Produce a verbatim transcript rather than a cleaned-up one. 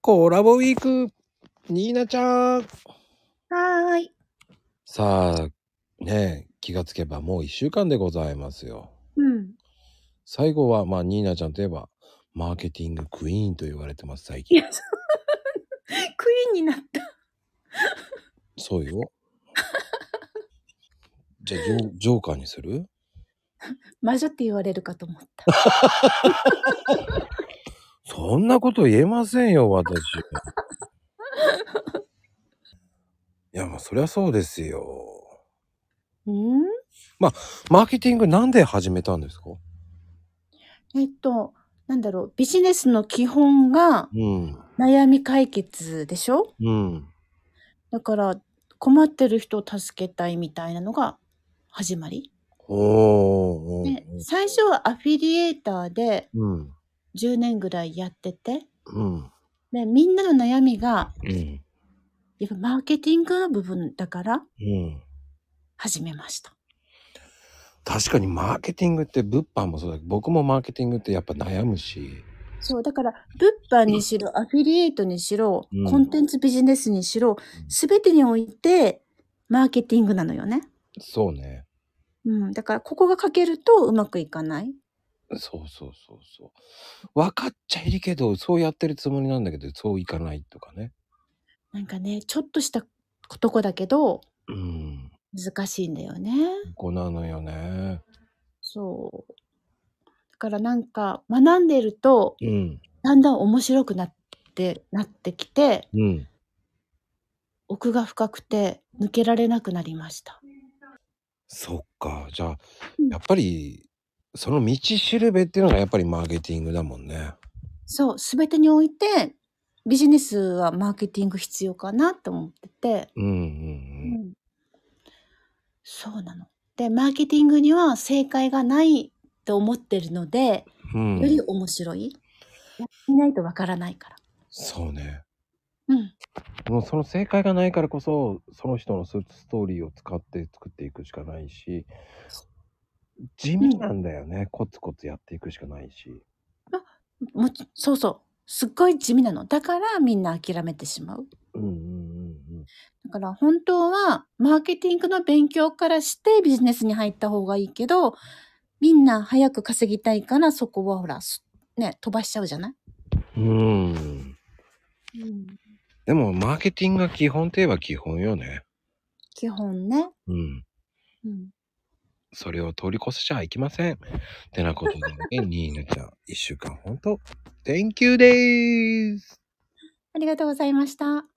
コラボウィーク、ニーナちゃん。 はーい。 さあ、ねえ、気がつけばもう一週間でございますよ。 うん。 最後は、まあ、ニーナちゃんといえば、マーケティングクイーンと言われてます、最近。 いや、そうクイーンになった。 そうよ。じゃあジョ、ジョーカーにする？ 魔女って言われるかと思った。 そんなこと言えませんよ、私。いや、まあ、そりゃそうですよ。 うんまあ、マーケティングなんで始めたんですか？ えっと、なんだろう、ビジネスの基本がうん。 悩み解決でしょ？ うん。 だから困ってる人を助けたいみたいなのが始まり。 おー。 で、最初はアフィリエーターでうん。 じゅうねんぐらいやってて、 うん。 で、みんなの悩みが、 うん。 やっぱマーケティングの部分だからうん。 始めました。 確かにマーケティングって物販もそうだけど、僕もマーケティングってやっぱ悩むし。 そう、だから物販にしろ、アフィリエイトにしろ、 うんコンテンツビジネスにしろ、すべてにおいてマーケティングなのよね。 そうね。 うん、だからここが欠けるとうまくいかない。 そうそうそうそう。分かっちゃいるけど、そうやってるつもりなんだけど、そういかないとかね。 なんかね、ちょっとしたとこだけど、 うん。 難しいんだよね。 ここなのよね。 そう。だからなんか学んでると、 うん。 だんだん面白くなってなってきて、 うん。 奥が深くて抜けられなくなりました。 そっか。じゃあ、 うん、 やっぱり、その道しるべっていうのがやっぱりマーケティングだもんね。 そう、すべてにおいてビジネスはマーケティング必要かなと思ってて、 うんうんうん。 うん、そうなの。で、マーケティングには正解がないと思ってるので、 うよりん。 面白い。やってみないとわからないから。 そうね。 うん。 もうその正解がないからこそ、その人のスストーリーを使って作っていくしかないし、地うん。 味なんだよね。コツコツやっていくしかないし。 あ、もちそうそう。すっごい地味なの。だからみんな諦めてしまう。 うんうんうんうん。 だから本当はマーケティングの勉強からしてビジネスに入った方がいいけど、みんな早く稼ぎたいからそこはほら、すね、飛ばしちゃうじゃない？ うーん。 うん。 でも、マーケティングが基本といえば基本よね。 基本ね。 うん。 うん。 それを通り越せちゃいけません。てなことでね、ニーナちゃん、一週間ほんと、Thank you でーす。 ありがとうございました。